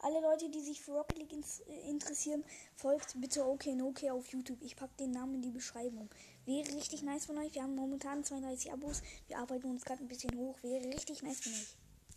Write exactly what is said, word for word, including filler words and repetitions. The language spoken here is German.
Alle Leute, die sich für Rocket League ins, äh, interessieren, folgt bitte OKNOK auf YouTube. Ich packe den Namen in die Beschreibung. Wäre richtig nice von euch. Wir haben momentan zweiunddreißig Abos. Wir arbeiten uns gerade ein bisschen hoch. Wäre richtig nice von euch.